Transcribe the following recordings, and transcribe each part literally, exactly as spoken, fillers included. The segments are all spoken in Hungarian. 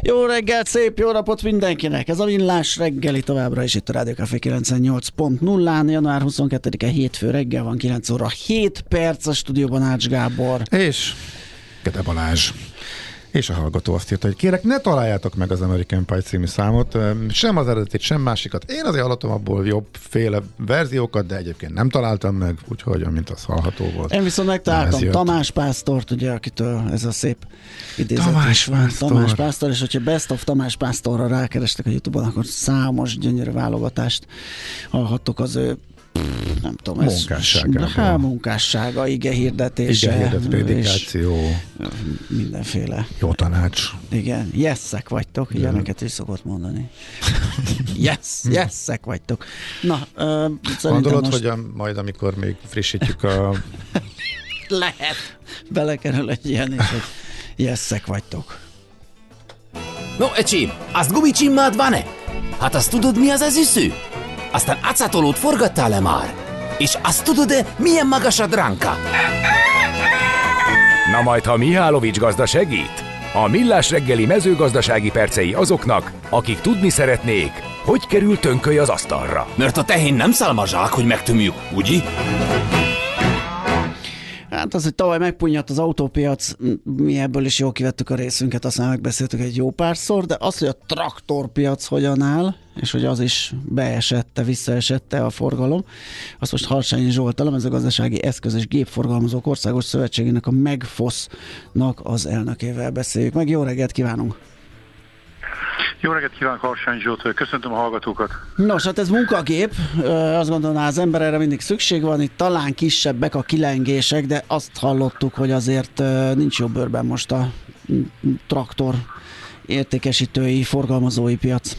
Jó reggelt, szép jó napot mindenkinek! Ez a Millás reggeli továbbra is itt a Rádió Café kilencvennyolc pont nullán. január huszonkettedike hétfő reggel van, kilenc óra hét perc, a stúdióban Ács Gábor. És Kede Balázs. És a hallgató azt írta, hogy kérek, ne találjátok meg az American Pie című számot, sem az eredetit, sem másikat. Én azért hallottam abból jobbféle verziókat, de egyébként nem találtam meg, úgyhogy mint az hallható volt. Én viszont megtaláltam Tamás Pásztort, ugye, akitől ez a szép idézet Tamás is van. Pásztor. Tamás Pásztor, és hogyha Best of Tamás Pásztorra rákerestek a YouTube-on, akkor számos gyönyörű válogatást hallhattok az ő nem tudom, ez munkássága. Hát, munkássága, ige hirdetése. Ige hirdet, prédikáció. Mindenféle. Jó tanács. Igen, yesszek vagytok, ilyeneket is szokott mondani. Yes, yesszek vagytok. Na, uh, gondolod, most... hogy a, majd amikor még frissítjük a... Lehet. Belekerül egy ilyen is, hogy yesszek vagytok. No, ecsim, azt gumicsimmád van-e? Hát azt tudod, mi az az üsző? Aztán acatolót forgattál-e már? És azt tudod-e, milyen magas a dránka? Na majd, ha Mihálovics gazda segít? A Millás reggeli mezőgazdasági percei azoknak, akik tudni szeretnék, hogy kerül tönköly az asztalra. Mert a tehén nem szálmazsák, hogy megtömjük, ugye? Hát az, hogy tavaly megpunnyadt az autópiac, mi ebből is jól kivettük a részünket, aztán megbeszéltük egy jó párszor, de az, hogy a traktorpiac hogyan áll, és hogy az is beesette, visszaesette a forgalom, azt most Harsányi Zsolttal, a Mezőgazdasági Eszköz és Gépforgalmazók Országos Szövetségének, a Megfosznak az elnökével beszéljük meg. Jó reggelt kívánunk! Jó reggelt kívánok, Harsányi Zsolt, köszöntöm a hallgatókat. Nos, hát ez munkagép, azt gondolná az ember, erre mindig szükség van, itt talán kisebbek a kilengések, de azt hallottuk, hogy azért nincs jobb bőrben most a traktor értékesítői, forgalmazói piac.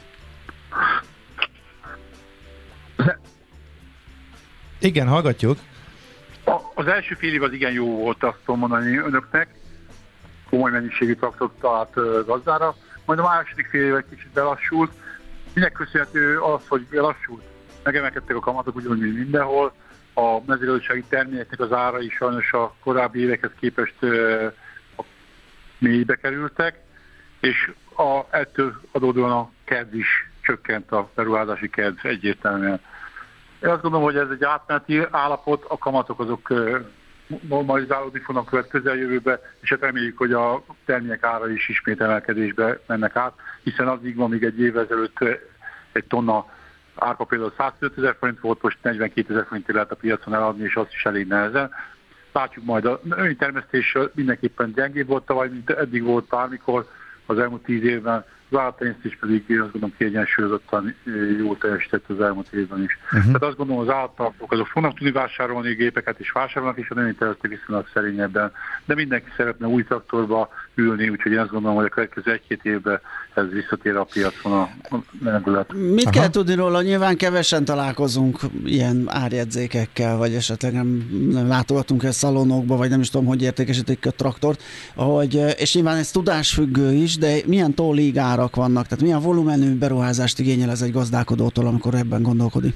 Igen, hallgatjuk. Az első fél év az igen jó volt, azt tudom mondani önöknek. Komoly mennyiségű traktort talált gazdára. Majd a második fél év egy kicsit belassult. Minek köszönhető az, hogy belassult? Megemelkedtek a kamatok ugyanúgy, mint mindenhol. A mezőgazdasági termékeknek az árai sajnos a korábbi évekhez képest a mélybe kerültek, és a, ettől adódóan a kedv is csökkent, a beruházási kedv egyértelműen. Én azt gondolom, hogy ez egy átmeneti állapot, a kamatok azok normalizálódni fognak a közeljövőbe, és hát reméljük, hogy a termékek ára is ismét emelkedésbe mennek át, hiszen addig van, még egy évvel ezelőtt egy tonna árpa például százötezer forint volt, most negyvenkétezer forintért lehet a piacon eladni, és azt is elég nehezen. Látjuk majd, a növényi termesztés mindenképpen gyengébb volt tavaly, mint eddig volt bármikor az elmúlt tíz évben. Az állattenyésztés pedig azt gondolom kiegyensúlyozottan jól teljesített az elmúlt évben is. Uh-huh. Tehát azt gondolom, az állattartók azok fognak tudni vásárolni gépeket, és vásárolnak is a növénytermesztők viszonylag szerényebben, de mindenki szeretne új traktorba ülni, úgyhogy én azt gondolom, hogy a következő egy-két évben ez visszatér a piacon a lendület. Mit Aha. kell tudni róla? Nyilván kevesen találkozunk ilyen árjegyzékekkel, vagy esetleg nem, nem látogatunk el szalonokba, vagy nem is tudom, hogy értékesítik a traktort, ahogy, és nyilván ez tudásfüggő is, de milyen tollig árak vannak, tehát milyen volumenű beruházást igényel ez egy gazdálkodótól, amikor ebben gondolkodik?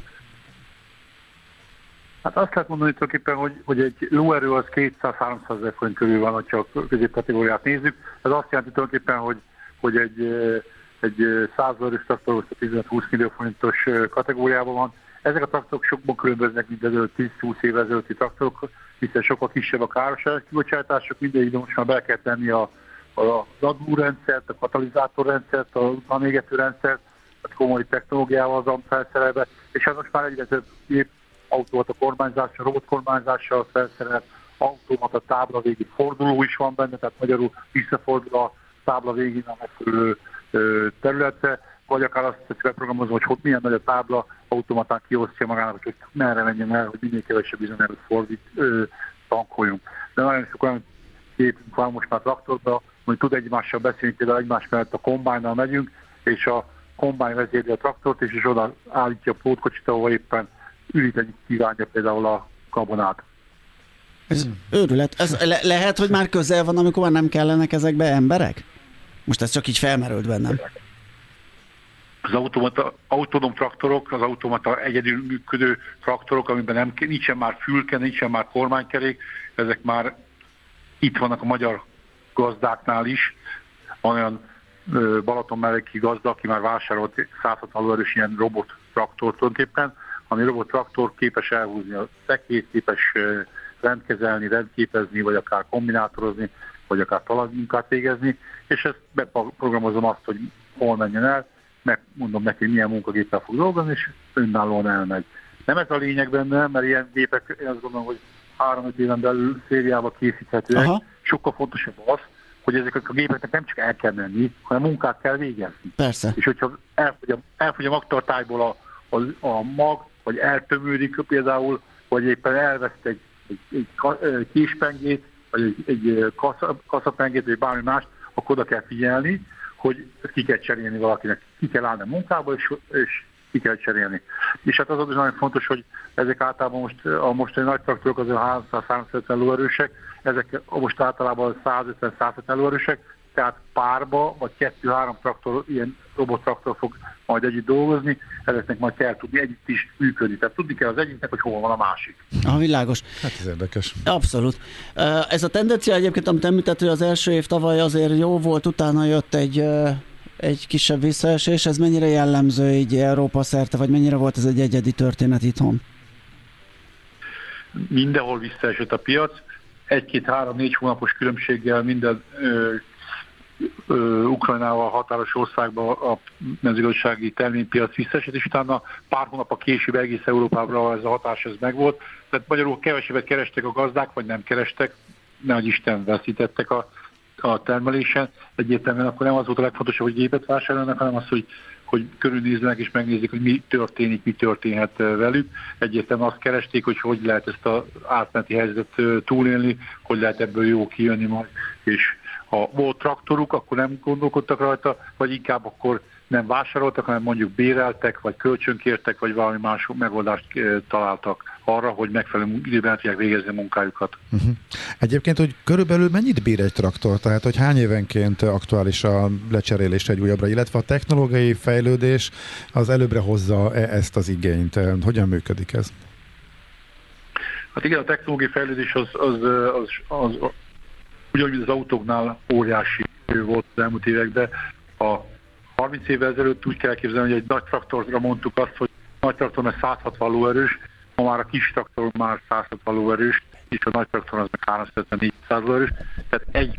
Hát azt lehet mondani tulajdonképpen, hogy, hogy egy lóerő az kétszáz-háromszázezer forint körül van, ha a középkategóriát nézzük. Ez azt jelenti tulajdonképpen, hogy, hogy egy, egy száz lóerős traktor tizenöt-húsz millió forintos kategóriában van. Ezek a traktorok sokban különböznek, mint az tíz-húsz évvel ezelőtti traktorok, hiszen sokkal kisebb a káros kibocsátások, mindegyikben most már be kell tenni a az adórendszert, a katalizátorrendszert, a utánégető rendszert, a komoly technológiával van felszerelve, és ez most már egyre több automata kormányzással, robotkormányzással felszerelt, automata tábla végi forduló is van benne, tehát magyarul visszafordul a tábla végén a megfelelő területre, vagy akár azt teszi beprogramozva, hogy, hogy milyen nagy a tábla, automatán kiosztja magának, hogy merre menjen el, hogy minél kevesebb üzenetet fordít, ö, tankoljunk. De nagyon sok olyan képünk van most már traktorba, hogy tud egymással beszélni, például egymás mellett a kombájnnal megyünk, és a kombány vezérli a traktort, és, és oda állítja a pótkocsit, ahol éppen üríteni kívánja például a gabonát. Ez őrület. Ez le- lehet, hogy már közel van, amikor már nem kellenek ezekbe emberek? Most ez csak így felmerült bennem. Az automata, autonóm traktorok, az automata egyedül működő traktorok, amiben nem, nincsen már fülke, nincsen már kormánykerék, ezek már itt vannak a magyar gazdáknál is. Van olyan Balaton melléki gazda, aki már vásárolt száz hatvan lóerős ilyen robot traktort tulajdonképpen, ami robot traktor képes elhúzni a szekét, képes rendkezelni, rendképezni, vagy akár kombinátorozni, vagy akár talajmunkát végezni, és ezt beprogramozom azt, hogy hol menjen el, megmondom neki, milyen munkagéppel fog dolgozni, és önállóan elmegy. Nem ez a lényeg benne, mert ilyen gépek, én azt gondolom, hogy három-öt éven belül szériába készíthetőek. Aha. Sokkal fontosabb az, hogy ezek a gépeknek nem csak el kell menni, hanem munkát kell végezni. Persze. És hogyha elfogy a, elfogy a magtartályból a, a, a mag, vagy eltömődik például, vagy éppen elveszt egy, egy, egy, egy késpengét, vagy egy, egy kaszapengét, vagy bármi mást, akkor oda kell figyelni, hogy ki kell cserélni valakinek, ki kell állni a munkába, és, és ki kell cserélni. És hát az is nagyon fontos, hogy ezek általában most a mostani nagy traktorok azért háromszáz-háromszázötven lóerősek, ezek most általában százötven-százhetven lóerősek, tehát párba, vagy kettő-három traktor, ilyen robottraktor fog majd együtt dolgozni, ezeknek majd kell tudni együtt is működni. Tehát tudni kell az egyiknek, hogy hol van a másik. Ah, világos. Hát ez érdekes. Abszolút. Ez a tendencia egyébként, amit említett, hogy az első év tavaly azért jó volt, utána jött egy, egy kisebb visszaesés. Ez mennyire jellemző így Európa szerte, vagy mennyire volt ez egy egyedi történet itthon? Mindenhol visszaesett a piac. Egy-két-három-négy hónapos különbséggel minden ö, ö, Ukrajnával határos országban a mezőgazdasági terménypiac visszaesett, és utána pár hónap a később egész Európában ez a hatás ez megvolt. Tehát magyarul kevesebbet kerestek a gazdák, vagy nem kerestek, nehogy Isten veszítettek a, a termelésen. Egyértelműen akkor nem az volt a legfontosabb, hogy gépet vásárolnak, hanem az, hogy hogy körülnéznek és megnézik, hogy mi történik, mi történhet velük. Egyértelműen azt keresték, hogy hogy lehet ezt az átmeneti helyzetet túlélni, hogy lehet ebből jó kijönni majd. És ha volt traktoruk, akkor nem gondolkodtak rajta, vagy inkább akkor nem vásároltak, hanem mondjuk béreltek, vagy kölcsönkértek, vagy valami más megoldást találtak arra, hogy megfelelő időben tudják végezni a munkájukat. Uh-huh. Egyébként, hogy körülbelül mennyit bír egy traktor? Tehát, hogy hány évenként aktuális a lecserélés egy újabbra, illetve a technológiai fejlődés az előbbre hozza ezt az igényt? Hogyan működik ez? Hát igen, a technológiai fejlődés az, az, az, az, az ugyanúgy, mint az autóknál óriási volt az elmúlt években. A harminc évvel ezelőtt úgy kell képzelni, hogy egy nagy traktorra mondtuk azt, hogy nagy traktor mert száz hatvan lóerős, ma már a kis traktor már száz hatvan lóerős, és a nagy traktor az meg háromszázötven-négyszáz lóerős. Tehát egy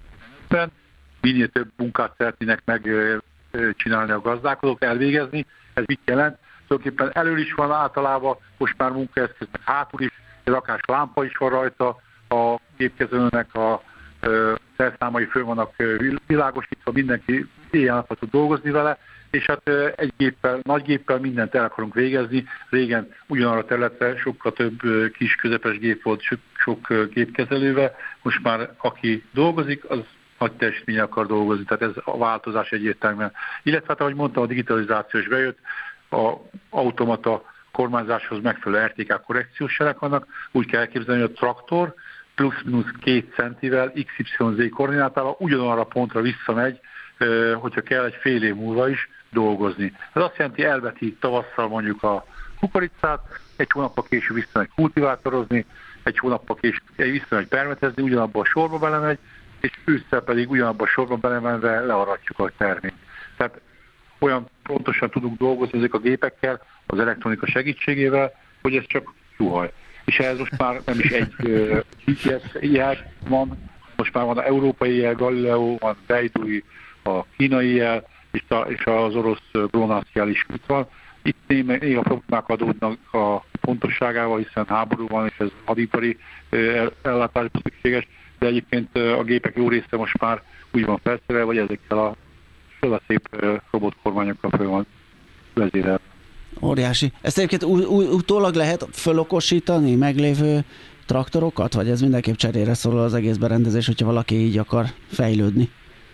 minél több munkát szeretnének megcsinálni a gazdálkodók, elvégezni. Ez mit jelent? Tulajdonképpen elől is van általában, most már munkaeszköz, meg hátul is, egy rakás lámpa is van rajta, a gépkezelőnek a szerszámai föl vannak világosítva, mindenki éjjel tud dolgozni vele, és hát egy géppel, nagy géppel mindent el akarunk végezni. Régen ugyanarra a területre sokkal több kis közepes gép volt, sok, sok gépkezelővel, most már aki dolgozik, az nagy teljesítmény akar dolgozni, tehát ez a változás egyértelműen. Illetve hát, ahogy mondtam, a digitalizáció is bejött, a automata kormányzáshoz megfelelő er té ká korrekciós jelek vannak, úgy kell elképzelni, hogy a traktor plusz-minusz két centivel iksz ipszilon zé koordinátával ugyanarra a pontra visszamegy, hogyha kell egy fél év múlva is dolgozni. Ez azt jelenti, elveti tavasszal mondjuk a kukoricát, egy hónappal később visszamegy kultivátorozni, egy hónappal később visszamegy permetezni, ugyanabba a sorba belemegy, és ősszel pedig ugyanabba a sorba belemenve learatjuk a terményt. Tehát olyan pontosan tudunk dolgozni ezek a gépekkel, az elektronika segítségével, hogy ez csak suhaj. És ehhez most már nem is egy gé pé es jel van, most már van az európai jel, Galileo, van Beidui, a kínai jel, és, a, és az orosz GLONASS jel is itt van. Itt néha problémák adódnak a pontosságával, hiszen háború van, és ez hadipari ellátásban szükséges, de egyébként a gépek jó része most már úgy van felszerelve, vagy ezekkel a a szép robotkormányokkal föl van vezérel. Óriási. Ezt egyébként ú- ú- utólag lehet fölokosítani meglévő traktorokat, vagy ez mindenképp cserére szorul az egész berendezés, hogyha valaki így akar fejlődni?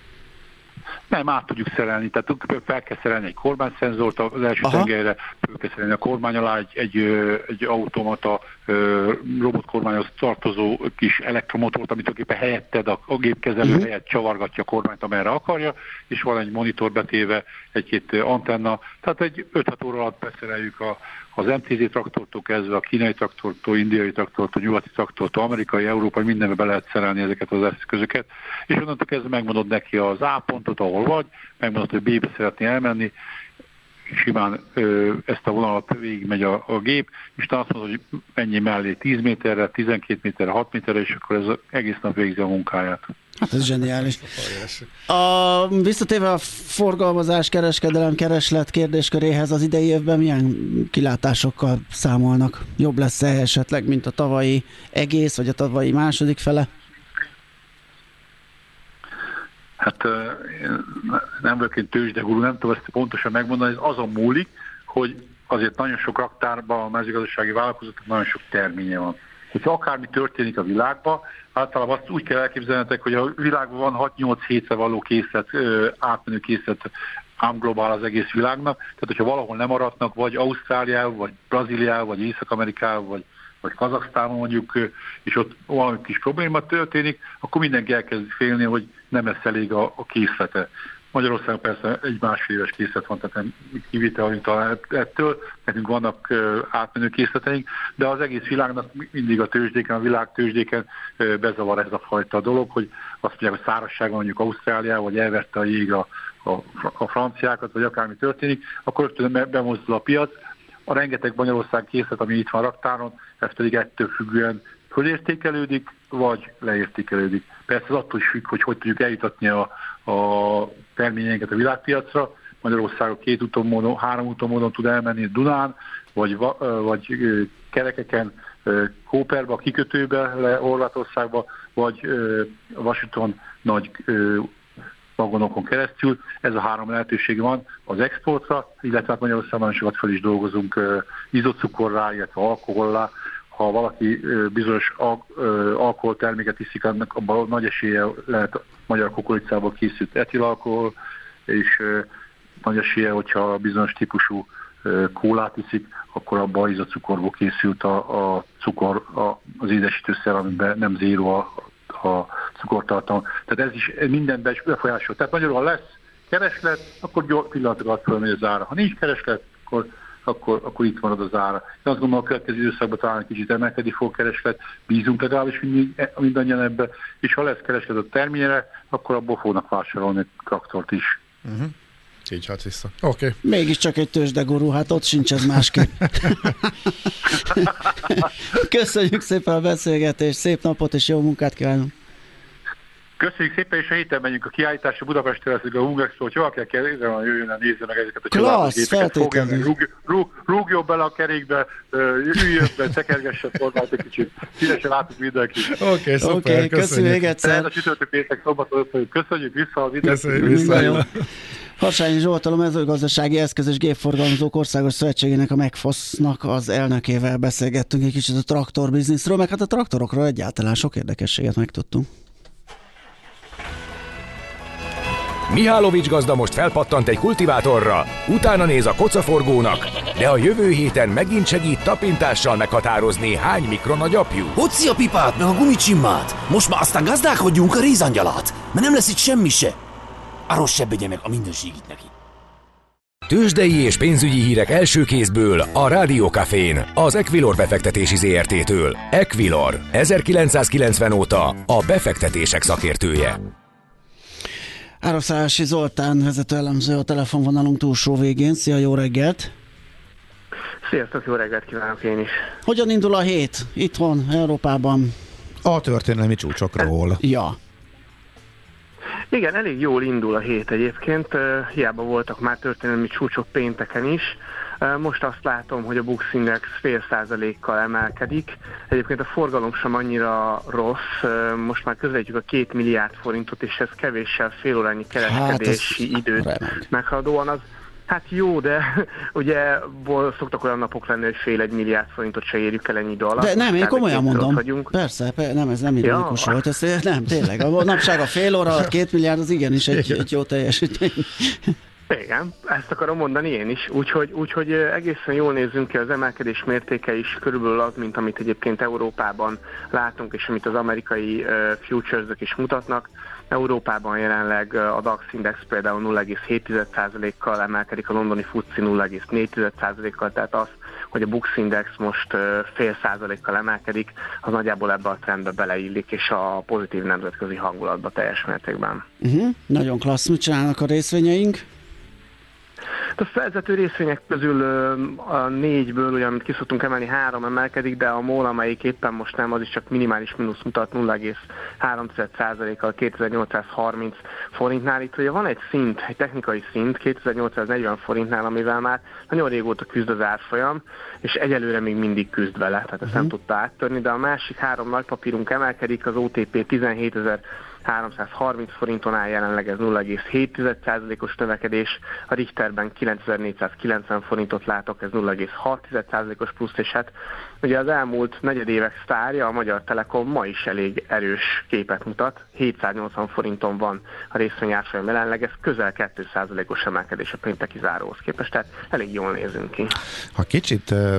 Nem, át tudjuk szerelni, tehát fel kell szerelni egy kormányszenzort az első tengelyre, fel kell szerelni a kormány alá egy, egy, egy automata robotkormányhoz tartozó kis elektromotort, amit tulajdonképpen helyetted a, a gépkezelő uh-huh. helyett csavargatja a kormányt, amerre akarja, és van egy monitor betéve, egy-két antenna, tehát egy öt-hat óra alatt beszereljük a, az em té zé traktortól kezdve, a kínai traktortól, indiai traktortól, nyugati traktortól, amerikai, európai, mindenbe be lehet szerelni ezeket az eszközöket, és onnantól kezdve megmondod neki az A pontot, ahol vagy, megmondod, hogy B-be szeretné elmenni, simán ö, ezt a vonalat végigmegy a, a gép, és te azt mondod, hogy ennyi mellé tíz méterre, tizenkét méterre, hat méterre, és akkor ez egész nap végzi a munkáját. Hát ez zseniális. A, visszatérve a forgalmazás, kereskedelem, kereslet kérdésköréhez az idei évben milyen kilátásokkal számolnak? Jobb lesz-e esetleg, mint a tavalyi egész, vagy a tavalyi második fele? Hát nem vagyok én tőzsdegurú, nem tudom ezt pontosan megmondani, ez azon múlik, hogy azért nagyon sok raktárban a mezőgazdasági vállalkozóknak nagyon sok terménye van. Hogyha akármi történik a világban, általában azt úgy kell elképzelnetek, hogy a világban van hat-nyolc hétre való készlet, átmenő készlet, ám globál az egész világnak, tehát hogyha valahol nem maradnak, vagy Ausztráliával, vagy Brazíliával, vagy Észak-Amerikával, vagy vagy Kazaksztánon mondjuk, és ott valami kis probléma történik, akkor mindenki elkezd félni, hogy nem lesz elég a, a készlete. Magyarországon persze egy másfél éves készlet van, tehát nem kivétel ettől, nekünk vannak átmenő készleteink, de az egész világnak mindig a tőzsdéken, a világ tőzsdéken bezavar ez a fajta dolog, hogy azt mondják, hogy szárazság van mondjuk Ausztráliában, vagy elvette a jég a, a, a franciákat, vagy akármi történik, akkor rögtön bemozdul a piac. A rengeteg Magyarország készlet, ami itt van raktáron, ez pedig ettől függően fölértékelődik, vagy leértékelődik. Persze az attól is függ, hogy hogy tudjuk eljutatni a, a terményeinket a világpiacra. Magyarország két úton módon, három úton módon tud elmenni Dunán, vagy, vagy kerekeken, Kóperbe, a kikötőbe, le Horvátországba, vagy vasúton nagy vagonokon keresztül. Ez a három lehetőség van az exportra, illetve hát Magyarországon nagyon sokat fel is dolgozunk uh, izocukorrá, illetve alkohollá. Ha valaki uh, bizonyos al- uh, alkoholterméket iszik, annak abban nagy esélye lehet magyar kukoricából készült etilalkohol, és uh, nagy esélye, hogyha bizonyos típusú uh, kólát iszik, akkor abban izocukorból készült a, a cukor, a, az édesítőszer, amiben nem zéró a a cukortartalom. Tehát ez is mindenben is befolyásol. Tehát magyarul, ha lesz kereslet, akkor gyors pillanatokat fölmegy az ára. Ha nincs kereslet, akkor, akkor, akkor itt marad az ára. Én azt gondolom, a következő időszakban talán egy kicsit emelkedni fog kereslet, bízunk legalábbis mindannyian ebbe, és ha lesz kereslet a terményre, akkor abból fognak vásárolni traktort is. Uh-huh. Így hát vissza. Oké. Okay. Mégiscsak egy tőzsdegurú, hát ott sincs ez másképp. Köszönjük szépen a beszélgetést, szép napot és jó munkát kívánunk! Köszönjük szépen, és a héten megyünk a kiállításra Budapestre, lesz a Hungerexpo, hogy valaki kell, jöjjön el, nézze meg ezeket a csodálatos gépeket. Rúg, rúg, rúgjon bele a kerékbe, üljön be, tekergesse formát egy kicsit. Szívesen látunk mindenkit. Oké, okay, szuper, okay, köszönjük még egyszer. Ez a csütörtök péntek szombaton, köszönjük vissza az időt. Köszönjük vissza. Harsányi Zsoltal, a mezőgazdasági eszköz és gépforgalmazók országos szövetségének, a megfosznak az elnökével beszélgettünk egy kicsit a traktorbizniszről, meg hát a traktorokról egyáltalán sok érdekességet megtudtunk. Mihálovics gazda most felpattant egy kultivátorra, utána néz a kocaforgónak, de a jövő héten megint segít tapintással meghatározni, hány mikron a gyapjú. Hoci a pipát, meg a gumicsimmát! Most már aztán gazdálkodjunk a rézangyalát, mert nem lesz itt semmi se. Arról se begye meg a mindenségit neki. Tőzsdei és pénzügyi hírek első kézből a Rádió Cafén, az Equilor befektetési zé er té-től. Equilor, ezerkilencszázkilencven óta a befektetések szakértője. Ároszási Zoltán vezető elemző a telefonvonalunk túlsó végén. Szia, jó reggelt! Sziasztok, jó reggelt kívánok én is! Hogyan indul a hét itthon, Európában? A történelmi csúcsokról. Ja. Igen, elég jól indul a hét egyébként, hiába voltak már történelmi csúcsok pénteken is. Most azt látom, hogy a Bux Index fél százalékkal emelkedik. Egyébként a forgalom sem annyira rossz, most már közelítjük a két milliárd forintot, és ez kevéssel fél órányi kereskedési hát időt remek. meghaladóan. Az hát jó, de ugye szoktak olyan napok lenni, hogy fél egy milliárd forintot se érjük el ennyi idő alatt. De nem, én komolyan mondom. Persze, persze, nem, ez nem ironikus ja. volt. Ez, nem, tényleg. A napság a fél óra alatt két milliárd, az igenis egy, egy jó teljesítmény. Igen, ezt akarom mondani én is, úgyhogy, úgyhogy egészen jól nézzünk ki, az emelkedés mértéke is körülbelül az, mint amit egyébként Európában látunk, és amit az amerikai uh, futuresök is mutatnak. Európában jelenleg a DAX Index például nulla egész hét százalékkal emelkedik, a londoni FTSE nulla egész négy százalékkal, tehát az, hogy a Bux Index most uh, fél százalékkal emelkedik, az nagyjából ebbe a trendbe beleillik, és a pozitív nemzetközi hangulatba teljes mértékben. Uh-huh. Nagyon klassz, mit csinálnak a részvényeink? A felvezető részvények közül a négyből, ugye, amit ki szoktunk emelni, három emelkedik, de a MOL, amelyik éppen most nem, az is csak minimális mínusz mutat nulla egész három százalékkal kétezer-nyolcszázharminc forintnál. Itt ugye van egy szint, egy technikai szint kétezer-nyolcszáznegyven forintnál, amivel már nagyon régóta küzd az árfolyam, és egyelőre még mindig küzd vele, tehát ezt uh-huh. nem tudta áttörni, de a másik három nagypapírunk emelkedik, az o té pé tizenhétezer-háromszázharminc forinton áll jelenleg, ez nulla egész hét százalékos növekedés, a Richterben kilencezer-négyszázkilencven forintot látok, ez nulla egész hat százalékos plusz, és hát ugye az elmúlt negyedévek sztárja, a Magyar Telekom ma is elég erős képet mutat, hétszáznyolcvan forinton van a részvény árfolyam jelenleg, ez közel két százalékos emelkedés a pénteki záróhoz képest, tehát elég jól nézünk ki. Ha kicsit uh...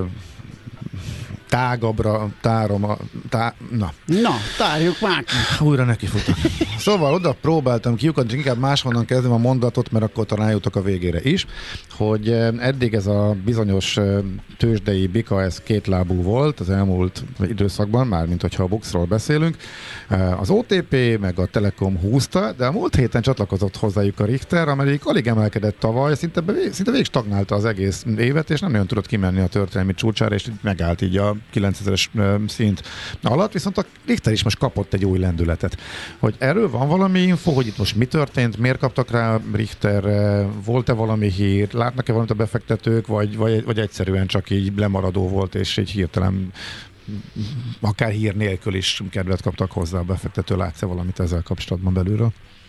tágabbra tárom a... Tá, na. Na, tárjuk már. Újra nekifutok. Szóval oda próbáltam kiukadni, inkább máshonnan kezdem a mondatot, mert akkor talán jutok a végére is, hogy eddig ez a bizonyos tőzsdei bika, ez kétlábú volt az elmúlt időszakban, mármint hogyha a Buxról beszélünk. Az o té pé meg a Telekom húzta, de a múlt héten csatlakozott hozzájuk a Richter, amelyik alig emelkedett tavaly, szinte, szinte végig stagnálta az egész évet, és nem nagyon tudott kimenni a történelmi csúcsára, és megállt így a kilencezeres szint alatt, viszont a Richter is most kapott egy új lendületet. Hogy erről van valami info, hogy itt most mi történt, miért kaptak rá Richterre, volt-e valami hír, látnak-e valamit a befektetők, vagy, vagy, vagy egyszerűen csak így lemaradó volt, és egy hirtelen akár hír nélkül is kedvet kaptak hozzá a befektető, látsz-e valamit ezzel kapcsolatban belülről?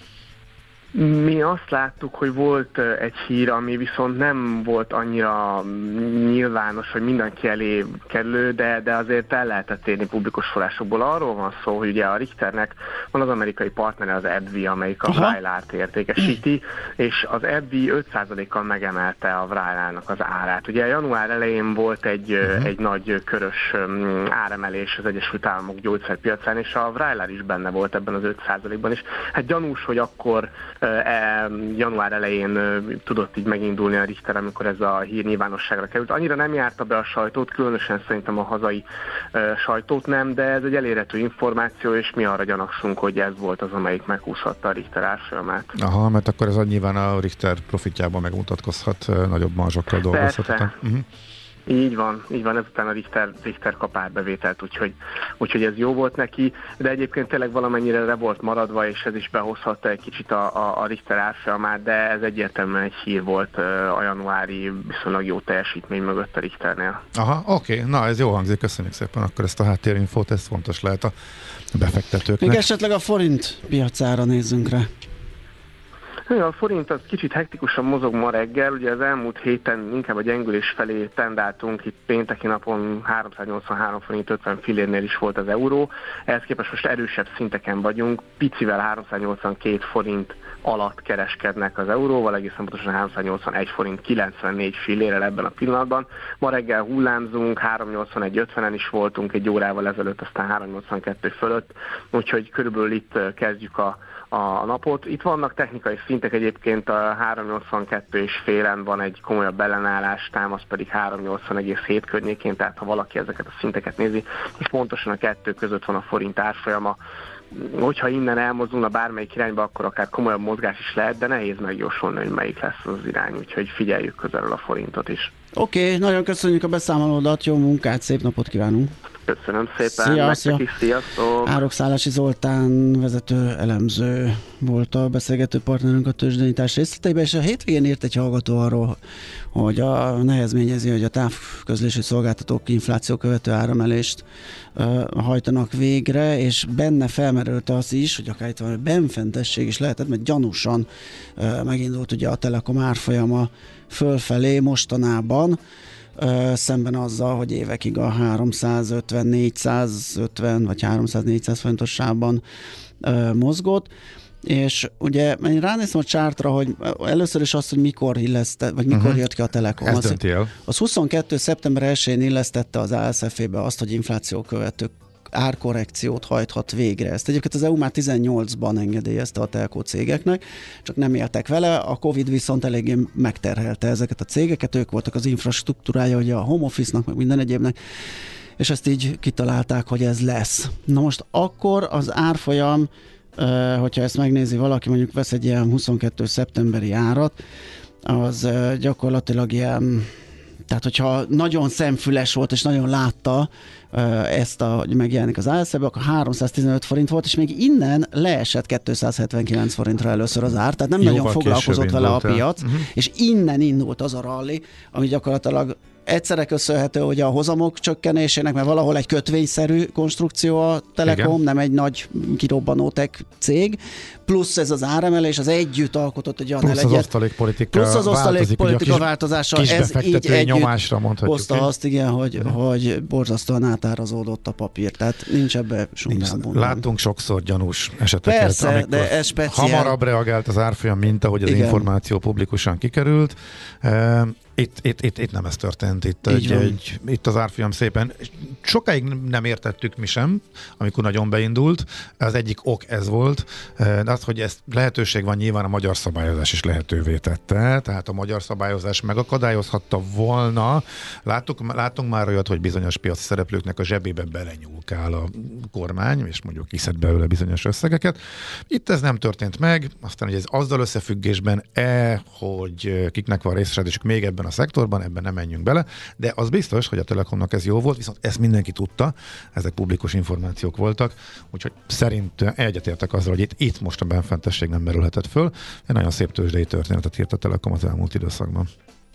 Mi azt láttuk, hogy volt egy hír, ami viszont nem volt annyira nyilvános, hogy mindenki elé kerülő, de, de azért el lehetett érni publikus forrásokból. Arról van szó, hogy ugye a Richternek van az amerikai partnere, az EBVI, amelyik a Vrajlárt értékesíti, és az EBVI öt százalékkal megemelte a Vrajlárnak az árát. Ugye január elején volt egy, uh-huh. egy nagy körös áremelés az Egyesült Államok gyógyszerpiacán, és a Vrajlár is benne volt ebben az öt százalékban, és hát gyanús, hogy akkor E, január elején e, tudott így megindulni a Richter, amikor ez a hír nyilvánosságra került. Annyira nem járta be a sajtót, különösen szerintem a hazai e, sajtót nem, de ez egy elérhető információ, és mi arra gyanakszunk, hogy ez volt az, amelyik meghúzhatta a Richter árfolyamát. Aha, mert akkor ez nyilván a Richter profitjában megmutatkozhat, nagyobb marzsokkal dolgozhat. Uh-huh. Így van, így van, ezután a Richter, Richter kap árbevételt, úgyhogy, úgyhogy ez jó volt neki, de egyébként tényleg valamennyire le volt maradva, és ez is behozhatta egy kicsit a, a, a Richter árfolyamát, de ez egyértelműen egy hír volt a januári viszonylag jó teljesítmény mögött a Richternél. Aha, oké, okay. Na ez jó hangzik, köszönjük szépen, akkor ezt a háttérinfót, ez fontos lehet a befektetőknek. Még esetleg a forint piacára nézzünk rá. A forint az kicsit hektikusan mozog ma reggel, ugye az elmúlt héten inkább a gyengülés felé tendáltunk, itt pénteki napon háromszáznyolcvanhárom forint ötven fillérnél is volt az euró, ehhez képest most erősebb szinteken vagyunk, picivel háromszáznyolcvankét forint alatt kereskednek az euróval, egészen pontosan háromszáznyolcvanegy forint kilencvennégy fillérrel ebben a pillanatban. Ma reggel hullámzunk, háromszáznyolcvanegy ötvenen is voltunk egy órával ezelőtt, aztán háromszáznyolcvankettő fölött, úgyhogy körülbelül itt kezdjük a a napot. Itt vannak technikai szintek, egyébként a háromszáznyolcvankettő és félen van egy komolyabb ellenállás, támasz pedig háromszáznyolcvan egész hét környékén, tehát ha valaki ezeket a szinteket nézi, és pontosan a kettő között van a forint árfolyama. Hogyha innen elmozdulna bármelyik irányba, akkor akár komolyabb mozgás is lehet, de nehéz megjósolni, hogy melyik lesz az irány, úgyhogy figyeljük közelről a forintot is. Oké, okay, nagyon köszönjük a beszámolódat, jó munkát, szép napot kívánunk! Köszönöm szépen, szia, nektek szia. is, sziasztok! Árokszállási Zoltán vezető elemző volt a beszélgető partnerünk a tőzsdenyítás részleteiben, és a hétvégén írt egy hallgató arról, hogy a nehezményezi, hogy a távközlési szolgáltatók infláció követő áremelést uh, hajtanak végre, és benne felmerült az is, hogy akár itt valami benfentesség is lehetett, mert gyanúsan uh, megindult ugye a Telekom árfolyama fölfelé mostanában, Uh, szemben azzal, hogy évekig a háromszázötven-négyszázötven vagy háromszáz-négyszáz forintos sávban uh, mozgott. És ugye én ránéztem a chartra, hogy először is azt, hogy mikor illeszte, vagy mikor uh-huh. jött ki a Telekom. Ez az, dönti el. Az huszonkettő szeptember elsején illesztette az á es ef-be azt, hogy infláció követő árkorrekciót hajthat végre. Ezt egyébként az é u már tizennyolcban engedélyezte a telkó cégeknek, csak nem éltek vele, a Covid viszont eléggé megterhelte ezeket a cégeket, ők voltak az infrastruktúrája, ugye a home office-nak, meg minden egyébnek, és ezt így kitalálták, hogy ez lesz. Na most akkor az árfolyam, hogyha ezt megnézi valaki, mondjuk vesz egy ilyen huszonkettő szeptemberi árat, az gyakorlatilag ilyen, tehát hogyha nagyon szemfüles volt, és nagyon látta ezt, a, hogy megjelenik az á es ef-be, akkor háromszáztizenöt forint volt, és még innen leesett kétszázhetvenkilenc forintra először az ár, tehát nem Jóval nagyon foglalkozott vele a piac, uh-huh. és innen indult az a ralli, ami gyakorlatilag egyszerre köszönhető, hogy a hozamok csökkenésének, mert valahol egy kötvényszerű konstrukció a Telekom, igen. nem egy nagy kirobbanó tech cég, plusz ez az áremelés, az együtt alkotott egy olyan plusz az osztalékpolitika plusz az osztalékpolitika változása, kis ez így együtt hozta azt, igen, hogy, uh-huh. hogy borzasztóan átárazódott a papír, tehát nincs ebbe sundában. Láttunk sokszor gyanús eseteket, persze, amikor de ez speciál... hamarabb reagált az árfolyam, mint ahogy az igen. információ publikusan kikerült. Uh, Itt, itt, itt, itt nem ez történt, itt, egy, egy, itt az árfolyam szépen, sokáig nem értettük mi sem, amikor nagyon beindult, az egyik ok ez volt, de az, hogy ez lehetőség van, nyilván a magyar szabályozás is lehetővé tette, tehát a magyar szabályozás megakadályozhatta volna, Látuk, látunk már olyat, hogy bizonyos piaci szereplőknek a zsebébe belenyúlkál a kormány, és mondjuk kiszed belőle bizonyos összegeket. Itt ez nem történt meg, aztán hogy ez azzal összefüggésben-e, hogy kiknek van részesedésük még ebben a szektorban, ebben nem menjünk bele, de az biztos, hogy a Telekomnak ez jó volt, viszont ezt mindenki tudta, ezek publikus információk voltak, úgyhogy szerintem egyetértek azzal, hogy itt, itt most a benfentesség nem merülhetett föl. Egy nagyon szép tőzsdei történetet írt a Telekom az elmúlt időszakban.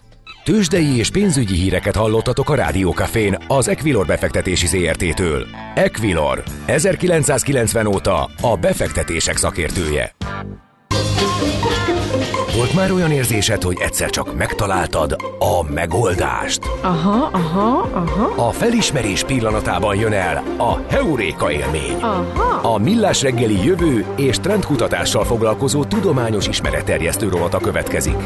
Tőzsdei és pénzügyi híreket hallottatok a Rádió Cafén az Equilor befektetési zé er té-től. Equilor, ezerkilencszázkilencven óta a befektetések szakértője. Volt már olyan érzésed, hogy egyszer csak megtaláltad a megoldást? Aha, aha, aha. A felismerés pillanatában jön el a heuréka élmény. Aha. A Millás reggeli jövő és trendkutatással foglalkozó tudományos ismeretterjesztő rovata következik.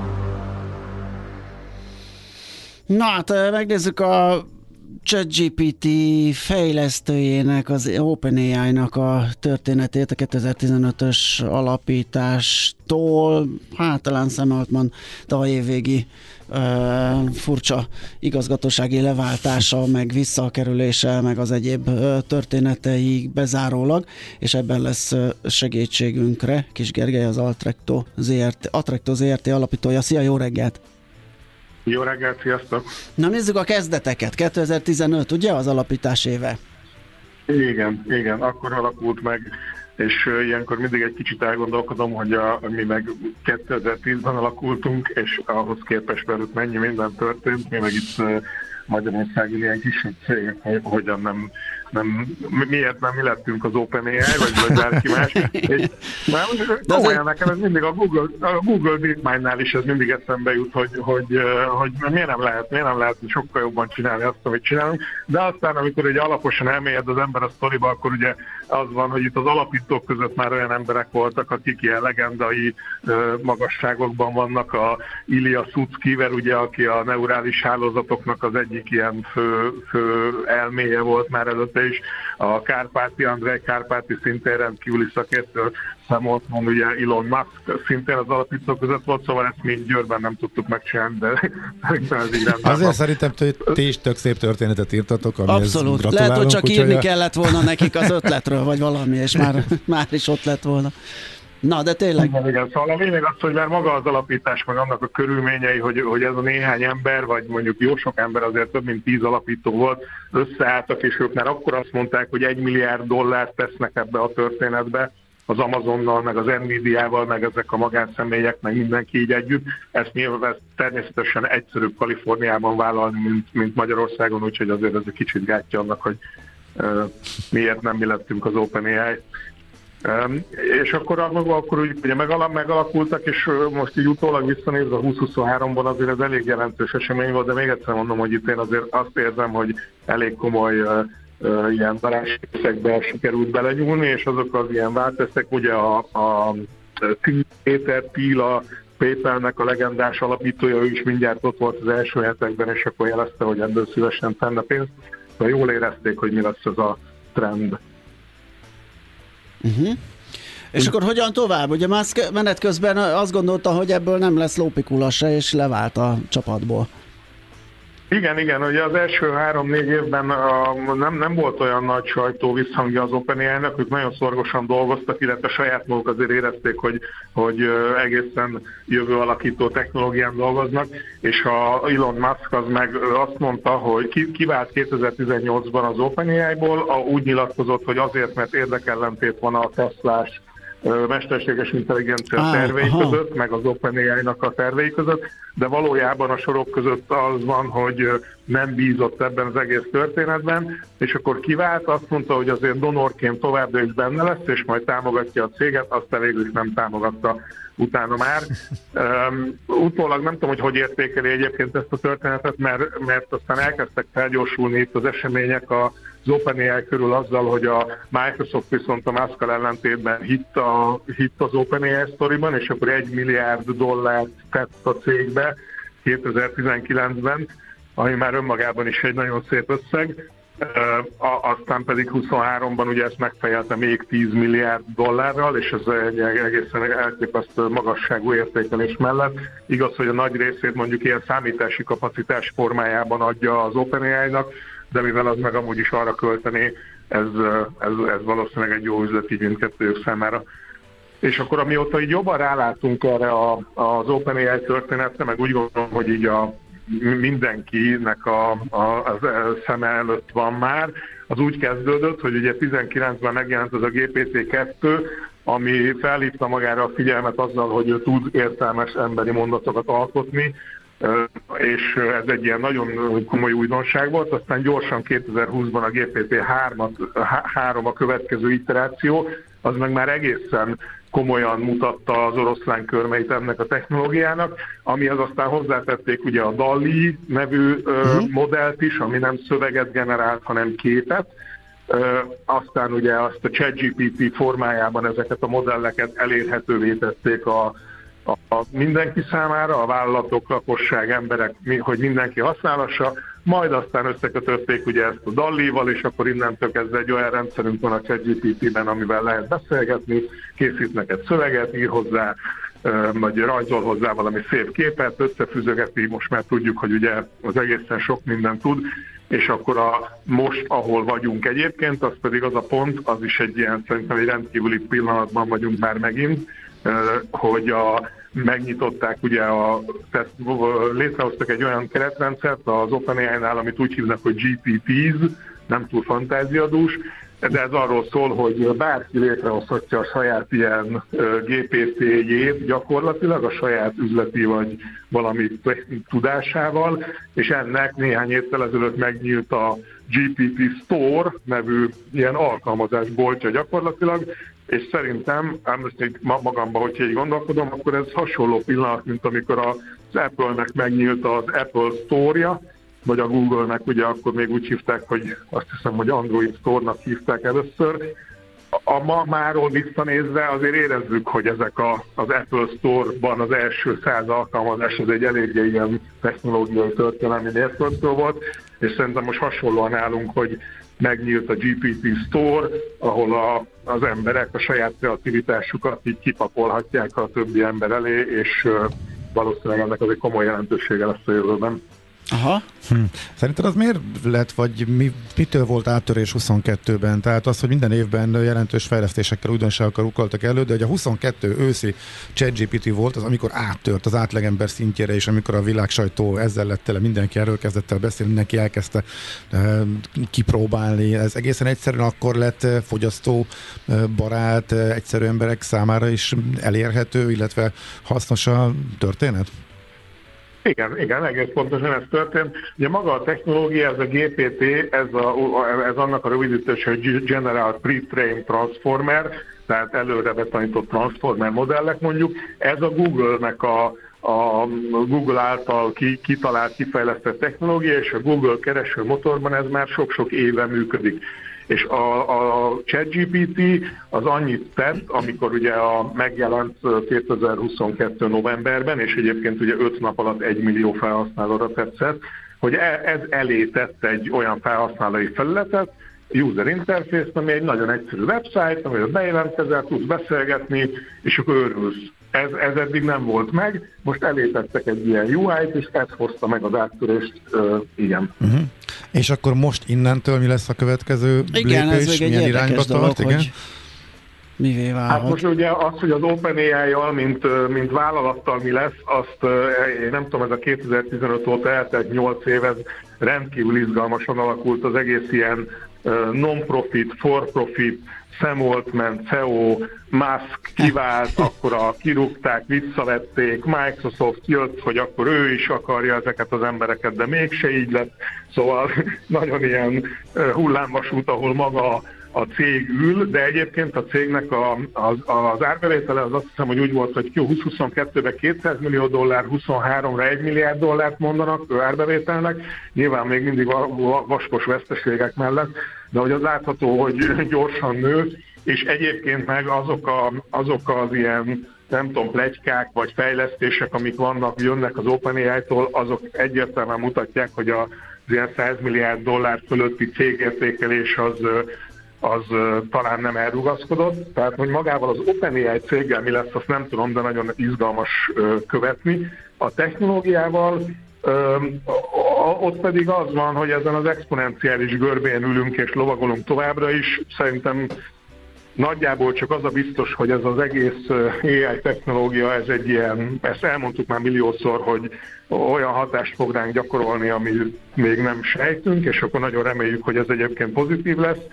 Na hát megnézzük a ChatGPT fejlesztőjének, az OpenAI-nak a történetét a kétezer-tizenötös alapítástól, hát talán Sam Altman tavaly évvégi uh, furcsa igazgatósági leváltása, meg visszakerülése, meg az egyéb uh, történeteig bezárólag, és ebben lesz uh, segítségünkre Kis Gergely, az Attracto zé er té, Attracto zé er té alapítója. Szia, jó reggelt! Jó reggelt, sziasztok! Na nézzük a kezdeteket. kétezer-tizenöt, ugye az alapítás éve? Igen, igen, akkor alakult meg, és uh, ilyenkor mindig egy kicsit elgondolkodom, hogy a, mi meg kétezer-tízben alakultunk, és ahhoz képest velük mennyi minden történt, mi meg itt uh, Magyarországon ilyen kisebb cégek, hogyan nem, nem, miért nem mi lettünk az OpenAI, vagy, vagy bárki más. És nem, olyan nekem ez mindig a Google, a Google DeepMind-nál is ez mindig eszembe jut, hogy, hogy, hogy, hogy miért nem lehet, miért nem lehet sokkal jobban csinálni azt, amit csinálunk. De aztán, amikor ugye alaposan elmélyed az ember a sztoriba, akkor ugye az van, hogy itt az alapítók között már olyan emberek voltak, akik ilyen legendai magasságokban vannak, a Ilya Sutskever, ugye, aki a neurális hálózatoknak az egyik ilyen fő, fő elméje volt már előtte is, a Kárpáti Andrej Kárpáti szintén rendkívüli szakértő, Sam Altman, ugye Elon Musk szintén az alapítók között volt, szóval ezt mi Győrben nem tudtuk megcsinálni, de szerintem ez így rendben. Azért szerintem ti is tök szép történetet írtatok, abszolút. Lehet, hogy csak írni a... kellett volna nekik az ötletről, vagy valami, és már, már is ott lett volna. Na, de tényleg. Igen, igen. Szóval a lényeg az, hogy már maga az alapítás, meg annak a körülményei, hogy, hogy ez a néhány ember, vagy mondjuk jó sok ember, azért több mint tíz alapító volt, összeálltak, és ők már akkor azt mondták, hogy egy milliárd dollárt tesznek ebbe a történetbe, az Amazonnal, meg az Nvidia-val, meg ezek a magánszemélyek, meg mindenki így együtt. Ezt nyilván természetesen egyszerűbb Kaliforniában vállalni, mint, mint Magyarországon, úgyhogy azért ez egy kicsit gátja annak, hogy uh, miért nem mi lettünk az OpenAI. Um, és akkor, akkor úgy ugye megalakultak, és most így utólag visszanézve a húsz-huszonháromban azért ez elég jelentős esemény volt, de még egyszer mondom, hogy itt én azért azt érzem, hogy elég komoly uh, uh, ilyen varázsrészekbe sikerült belenyúlni, és azok az ilyen válteszek, ugye a, a Peter Thiel, a PayPal-nek a legendás alapítója, ő is mindjárt ott volt az első hetekben, és akkor jelezte, hogy ebből szívesen tenne pénzt. De jól érezték, hogy mi lesz ez a trend. Uh-huh. És akkor hogyan tovább? Ugye Musk menet közben azt gondolta, hogy ebből nem lesz lópikula se, és levált a csapatból. Igen, igen, ugye az első három-négy évben a, nem, nem volt olyan nagy sajtó visszhangja az OpenAI-nak, ők nagyon szorgosan dolgoztak, illetve saját maguk azért érezték, hogy, hogy egészen jövő alakító technológián dolgoznak, és a Elon Musk az meg azt mondta, hogy kivált kétezer-tizennyolcban az OpenAI-ból, úgy nyilatkozott, hogy azért, mert érdekellentét van a Teslás mesterséges intelligencia ah, tervei aha. között, meg az OpenAI-nak a tervei között, de valójában a sorok között az van, hogy nem bízott ebben az egész történetben, és akkor kivált, azt mondta, hogy azért donorként továbbra is benne lesz, és majd támogatja a céget, aztán végül is nem támogatta utána már. Um, utólag nem tudom, hogy hogy értékeli egyébként ezt a történetet, mert, mert aztán elkezdtek felgyorsulni itt az események a az OpenAI körül azzal, hogy a Microsoft viszont a Muskkal ellentétben hitt, a, hitt az OpenAI sztoriban, és akkor egy milliárd dollárt tett a cégbe kétezer-tizenkilencben, ami már önmagában is egy nagyon szép összeg. Uh, aztán pedig huszonháromban ugye ezt megfejelte még tíz milliárd dollárral, és ez egy egészen elképesztő magasságú értékelés mellett. Igaz, hogy a nagy részét mondjuk ilyen számítási kapacitás formájában adja az OpenAI-nak, de mivel az meg amúgy is arra költené, ez, ez, ez valószínűleg egy jó üzleti mindkettőjük számára. És akkor amióta így jobban rálátunk erre a, az OpenAI történetre, meg úgy gondolom, hogy így a mindenkinek a, a, a szeme előtt van már, az úgy kezdődött, hogy ugye tizenkilencben megjelent ez a gé pé té kettő, ami felhívta magára a figyelmet azzal, hogy ő tud értelmes emberi mondatokat alkotni, és ez egy ilyen nagyon komoly újdonság volt, aztán gyorsan kétezer-húszban a gé pé té három a következő iteráció, az meg már egészen komolyan mutatta az oroszlán körmeit ennek a technológiának, amihez aztán hozzátették ugye a DALL-E nevű uh-huh. modellt is, ami nem szöveget generált, hanem képet. Aztán ugye azt a ChatGPT formájában ezeket a modelleket elérhetővé tették a A mindenki számára, a vállalatok, lakosság, emberek, hogy mindenki használhassa, majd aztán összekötötték ugye ezt a DALL-E-val, és akkor innentől kezdve egy olyan rendszerünk van a ChatGPT-ben, amivel lehet beszélgetni, készítnek egy szöveget, ír hozzá, vagy rajzol hozzá valami szép képet, összefűzögeti, most már tudjuk, hogy ugye az egészen sok mindent tud, és akkor a most, ahol vagyunk egyébként, az pedig az a pont, az is egy ilyen, szerintem egy rendkívüli pillanatban vagyunk már megint, hogy a, megnyitották, ugye a, tehát létrehoztak egy olyan keretrendszert az OpenAI-nál, amit úgy hívnak, hogy gé pé té-z, nem túl fantáziadús, de ez arról szól, hogy bárki létrehozhatja a saját ilyen gé pé té-jét gyakorlatilag, a saját üzleti vagy valami tudásával, és ennek néhány héttel ezelőtt megnyílt a gé pé té Store nevű ilyen alkalmazásboltja gyakorlatilag, és szerintem, most így magamban, hogyha így gondolkodom, akkor ez hasonló pillanat, mint amikor az Apple-nek megnyílt az Apple Store-ja, vagy a Google-nek ugye akkor még úgy hívták, hogy azt hiszem, hogy Android Store-nak hívták először. A ma máról visszanézve azért érezzük, hogy ezek a, az Apple Store-ban az első száz alkalmazás az egy eléggé ilyen technológiai történelmi mérföldkő volt, és szerintem most hasonlóan állunk, hogy megnyílt a gé pé té Store, ahol a, az emberek a saját kreativitásukat így kipapolhatják a többi ember elé, és uh, valószínűleg ennek az egy komoly jelentősége lesz a jövőben. Aha. Hm. Szerinted az miért lett, vagy mi, mitől volt áttörés huszonkettőben? Tehát az, hogy minden évben jelentős fejlesztésekkel, újdonságokkal rukkoltak elő, de hogy a huszonkettő őszi ChatGPT volt az, amikor áttört az átlagember szintjére, és amikor a világ sajtó ezzel lett tele, mindenki erről kezdett el beszélni, mindenki elkezdte e, kipróbálni. Ez egészen egyszerűen akkor lett fogyasztóbarát, egyszerű emberek számára is elérhető, illetve hasznos a történet? Igen, igen, egész pontosan ez történt. Ugye maga a technológia, ez a gé pé té, ez, a, ez annak a rövidítése, hogy General Pre-trained Transformer, tehát előre betanított transformer modellek mondjuk. Ez a Google-nek a, a Google által kitalált, kifejlesztett technológia, és a Google kereső motorban ez már sok-sok éve működik. És a, a ChatGPT az annyit tett, amikor ugye a megjelent kétezer-huszonkettő novemberben, és egyébként ugye öt nap alatt egy millió felhasználóra tetszett, hogy ez elé tett egy olyan felhasználói felületet, user interface, ami egy nagyon egyszerű website, amivel bejelentkezel, tudsz beszélgetni, és akkor örülsz. Ez, ez eddig nem volt meg, most elétettek egy ilyen u i-t, és ez hozta meg az áttörést, uh, igen. Uh-huh. És akkor most innentől mi lesz a következő igen, lépés? Milyen irányba tart? Igen, mivé válhat? Hát most ugye az, hogy az OpenAI-jal, mint, mint vállalattal mi lesz, azt én nem tudom, ez a kétezer-tizenöt óta eltelt nyolc év, ez rendkívül izgalmasan alakult, az egész ilyen non-profit, for-profit, Sam Altman, cé e o, Musk kivált, akkor a kirúgták, visszavették, Microsoft jött, hogy akkor ő is akarja ezeket az embereket, de mégse így lett. Szóval nagyon ilyen hullámvasút, ahol maga a cég ül, de egyébként a cégnek a, az, az árbevétele az azt hiszem, hogy úgy volt, hogy húsz-huszonkettőben kétszáz millió dollár, huszonháromra egy milliárd dollárt mondanak árbevételnek, nyilván még mindig vaskos veszteségek mellett, de hogy az látható, hogy gyorsan nő, és egyébként meg azok, a, azok az ilyen, nem tudom, pletykák vagy fejlesztések, amik vannak, jönnek az OpenAI-tól, azok egyértelműen mutatják, hogy az ilyen száz milliárd dollár fölötti cégértékelés az az uh, talán nem elrugaszkodott, tehát hogy magával az OpenAI céggel mi lesz, azt nem tudom, de nagyon izgalmas uh, követni. A technológiával um, ott pedig az van, hogy ezen az exponenciális görbén ülünk és lovagolunk továbbra is. Szerintem nagyjából csak az a biztos, hogy ez az egész á i technológia, ez egy ilyen, ezt elmondtuk már milliószor, hogy olyan hatást fog ránk gyakorolni, amit még nem sejtünk, és akkor nagyon reméljük, hogy ez egyébként pozitív lesz.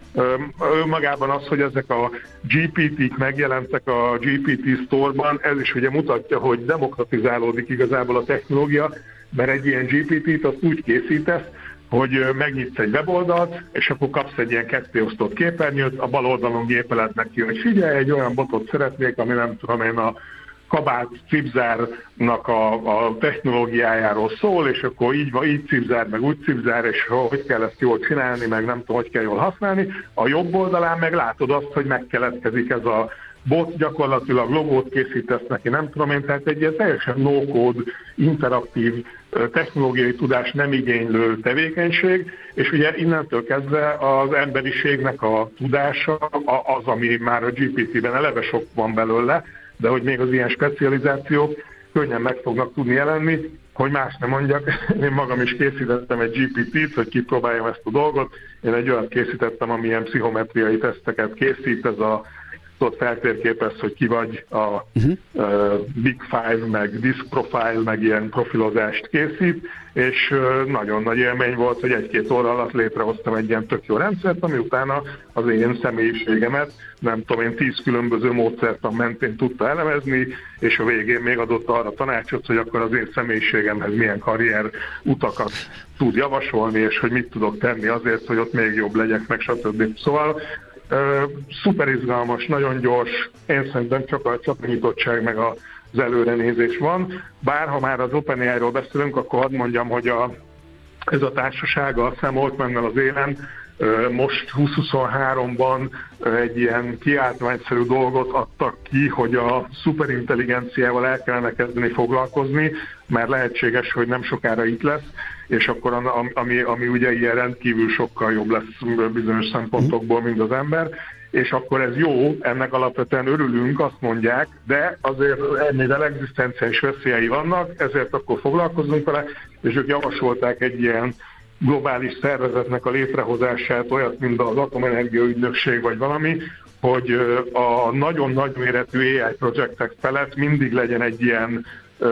Magában az, hogy ezek a gé pé té-k megjelentek a gé pé té Store-ban, ez is ugye mutatja, hogy demokratizálódik igazából a technológia, mert egy ilyen gé pé té-t azt úgy készítesz, hogy megnyitsz egy weboldalt, és akkor kapsz egy ilyen kettéosztott képernyőt, a bal oldalon gépeled neki, hogy figyelj, egy olyan botot szeretnék, ami nem tudom én a kabát cipzárnak a, a technológiájáról szól, és akkor így van, így cipzár, meg úgy cipzár, és hogy kell ezt jól csinálni, meg nem tudom, hogy kell jól használni. A jobb oldalán meg látod azt, hogy megkeletkezik ez a bot, gyakorlatilag logót készítesz neki, nem tudom én, tehát egy ilyen teljesen no-code, interaktív, technológiai tudás nem igénylő tevékenység, és ugye innentől kezdve az emberiségnek a tudása az, ami már a gé pé té-ben eleve sok van belőle, de hogy még az ilyen specializációk könnyen meg fognak tudni jelenni, hogy más nem mondjak, én magam is készítettem egy gé pé té-t, hogy kipróbáljam ezt a dolgot, én egy olyat készítettem, ami ilyen pszichometriai teszteket készít, ez a ott feltérképez, hogy ki vagy, a uh-huh. uh, Big Five, meg Disk Profile, meg ilyen profilozást készít, és uh, nagyon nagy élmény volt, hogy egy-két óra alatt létrehoztam egy ilyen tök jó rendszert, ami utána az én személyiségemet, nem tudom én, tíz különböző módszertan mentén tudta elemezni, és a végén még adott arra tanácsot, hogy akkor az én személyiségemhez milyen karrier utakat tud javasolni, és hogy mit tudok tenni azért, hogy ott még jobb legyek, meg stb. Szóval Uh, szuper izgalmas, nagyon gyors, én szerintem csak a csapanyitottság meg az előrenézés van. Bár ha már az OpenAI-ról beszélünk, akkor hadd mondjam, hogy a, ez a társaság a Sam Altmannel az élen uh, most húsz-huszonháromban uh, egy ilyen kiáltványszerű dolgot adtak ki, hogy a szuperintelligenciával el kellene kezdeni foglalkozni, mert lehetséges, hogy nem sokára itt lesz, és akkor ami, ami ugye ilyen rendkívül sokkal jobb lesz bizonyos szempontokból, mint az ember, és akkor ez jó, ennek alapvetően örülünk, azt mondják, de azért ennél egzisztenciális veszélyei vannak, ezért akkor foglalkozunk vele, és ők javasolták egy ilyen globális szervezetnek a létrehozását, olyat, mint az Atomenergia Ügynökség vagy valami, hogy a nagyon nagyméretű á i projektek felett mindig legyen egy ilyen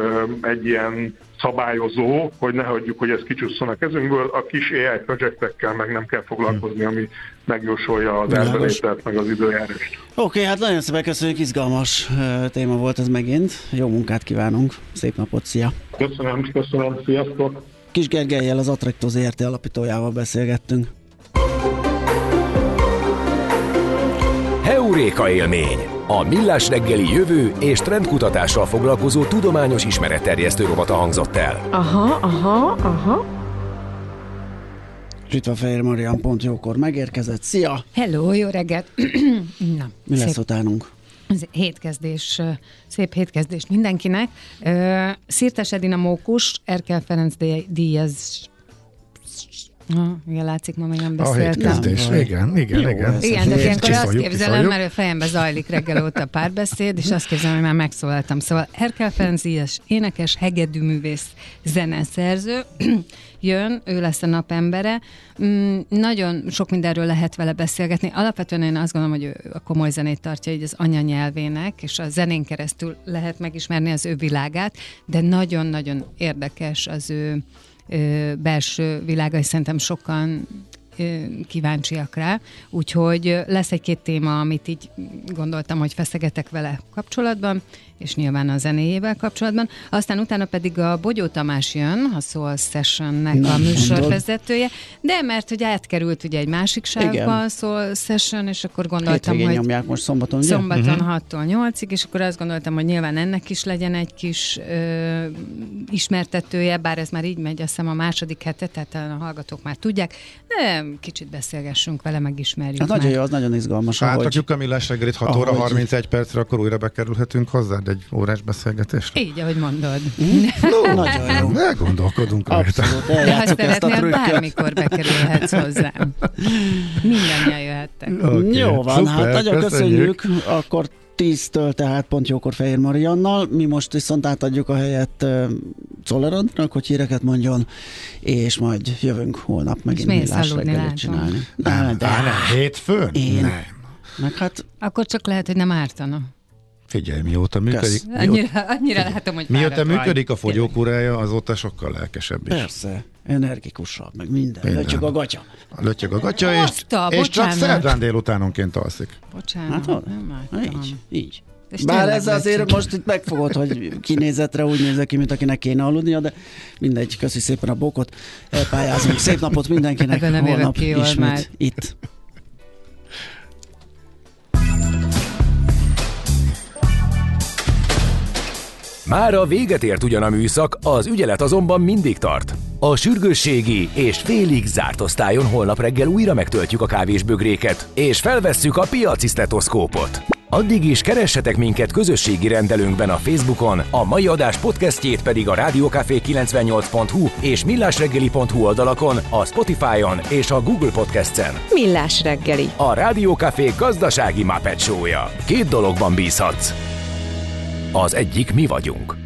egy ilyen szabályozó, hogy ne hagyjuk, hogy ez kicsusszon a kezünkből, a kis á i projektekkel meg nem kell foglalkozni, ami megjósolja az árbevételt, meg az időjárást. Oké, okay, hát nagyon szépen köszönjük, izgalmas uh, téma volt ez megint. Jó munkát kívánunk, szép napot, szia! Köszönöm, köszönöm, sziasztok! Kis Gergellyel, az Attracto zé er té alapítójával beszélgettünk. Heuréka élmény, A Millás reggeli jövő és trendkutatással foglalkozó tudományos ismeretterjesztő rovata hangzott el. Aha, aha, aha. És itt van Fejér Marian, pont jókor megérkezett. Szia! Hello, jó reggelt! Na, Mi szép, lesz utánunk? hétkezdés, szép hétkezdést mindenkinek. Szirtes Edina mókus, Erkel Ferenc díjaz. Ha, igen, látszik, ma még nem A beszéltem. hétkezdés, igen, igen, Jó, igen. ez Igen, de ilyenkor azt Kiszoljuk, képzelem, kiszoljuk. mert a fejembe zajlik reggel óta a párbeszéd, és azt képzelem, hogy már megszólaltam. Szóval Erkel Ferenc díjas énekes, hegedűművész, zeneszerző jön, ő lesz a napembere. Mm, nagyon sok mindenről lehet vele beszélgetni. Alapvetően én azt gondolom, hogy ő a komoly zenét tartja így az anyanyelvének, és a zenén keresztül lehet megismerni az ő világát, de nagyon-nagyon érdekes az ő ö, belső világa, és szerintem sokan ö, kíváncsiak rá. Úgyhogy lesz egy-két téma, amit így gondoltam, hogy feszegetek vele kapcsolatban, és nyilván a zenéjével kapcsolatban. Aztán utána pedig a Bogyó Tamás jön, a Soul Sessionnek Na, a mondod. műsorvezetője, de mert hogy átkerült ugye egy másik sávba Igen. a Soul Session, és akkor gondoltam, Hétvégén hogy nyomják most szombaton, ugye? szombaton uh-huh. hattól nyolcig, és akkor azt gondoltam, hogy nyilván ennek is legyen egy kis ö, ismertetője, bár ez már így megy, azt hiszem a második hete, tehát a hallgatók már tudják, de kicsit beszélgessünk vele, megismerjük Hát meg. nagyon jó, az nagyon izgalmas, Hát ahogy... adjuk a Millás reggelit hat óra ahogy- harmincegy percre, akkor újra bekerülhetünk hozzá egy órás beszélgetésre. Így, ahogy mondod. Nagyon jó. Ne gondolkodunk rajta. Abszolút, De ha eljátszuk ezt a szeretnél, trükköt. bármikor bekerülhetsz hozzám. Mindannyian jöhettek. Okay. Jó van, Szuper, hát nagyon köszönjük. köszönjük. Akkor tíztől tehát pont jókor Fejér Mariannal. Mi most viszont átadjuk a helyet uh, Czoller Andrának, hogy híreket mondjon, és majd jövünk holnap megint mész Millás aludni, reggelit látom. csinálni. Nem, Nem, de Á, nem, hétfőn? Én. Nem. meg hát Akkor csak lehet, hogy nem ártana. Figyelj, mióta működik, mióta, Annyira, annyira látom, hogy mióta fáradt működik a vagy. fogyókúrája, azóta sokkal lelkesebb is. persze, energikusabb, meg minden. Minden. Lötyög a gatya. Lötyög a gatya, és, Azt a, és csak bocsánat. szerdán délutánonként alszik. Bocsánat, Hát hol? nem Na, láttam. így, így. És Bár tényleg ez azért lötyög. most itt megfogod, hogy kinézetre úgy nézek ki, mint akinek kéne aludnia, de mindegy, köszi szépen a bókot, elpályázunk. Szép napot mindenkinek, Ebből nem jövök holnap ki jól ismét már. itt. Mára véget ért ugyan a műszak, az ügyelet azonban mindig tart. A sürgősségi és félig zárt osztályon holnap reggel újra megtöltjük a kávésbögréket, és felvesszük a piaci sztetoszkópot. Addig is keressetek minket közösségi rendelőnkben a Facebookon, a mai adás podcastjét pedig a rádiókafé kilencvennyolc pont hu és millásreggeli pont hu oldalakon, a Spotify-on és a Google Podcast-en. Millás reggeli. A Rádiókafé gazdasági Muppet Show-ja. Két dologban bízhatsz. Az egyik mi vagyunk.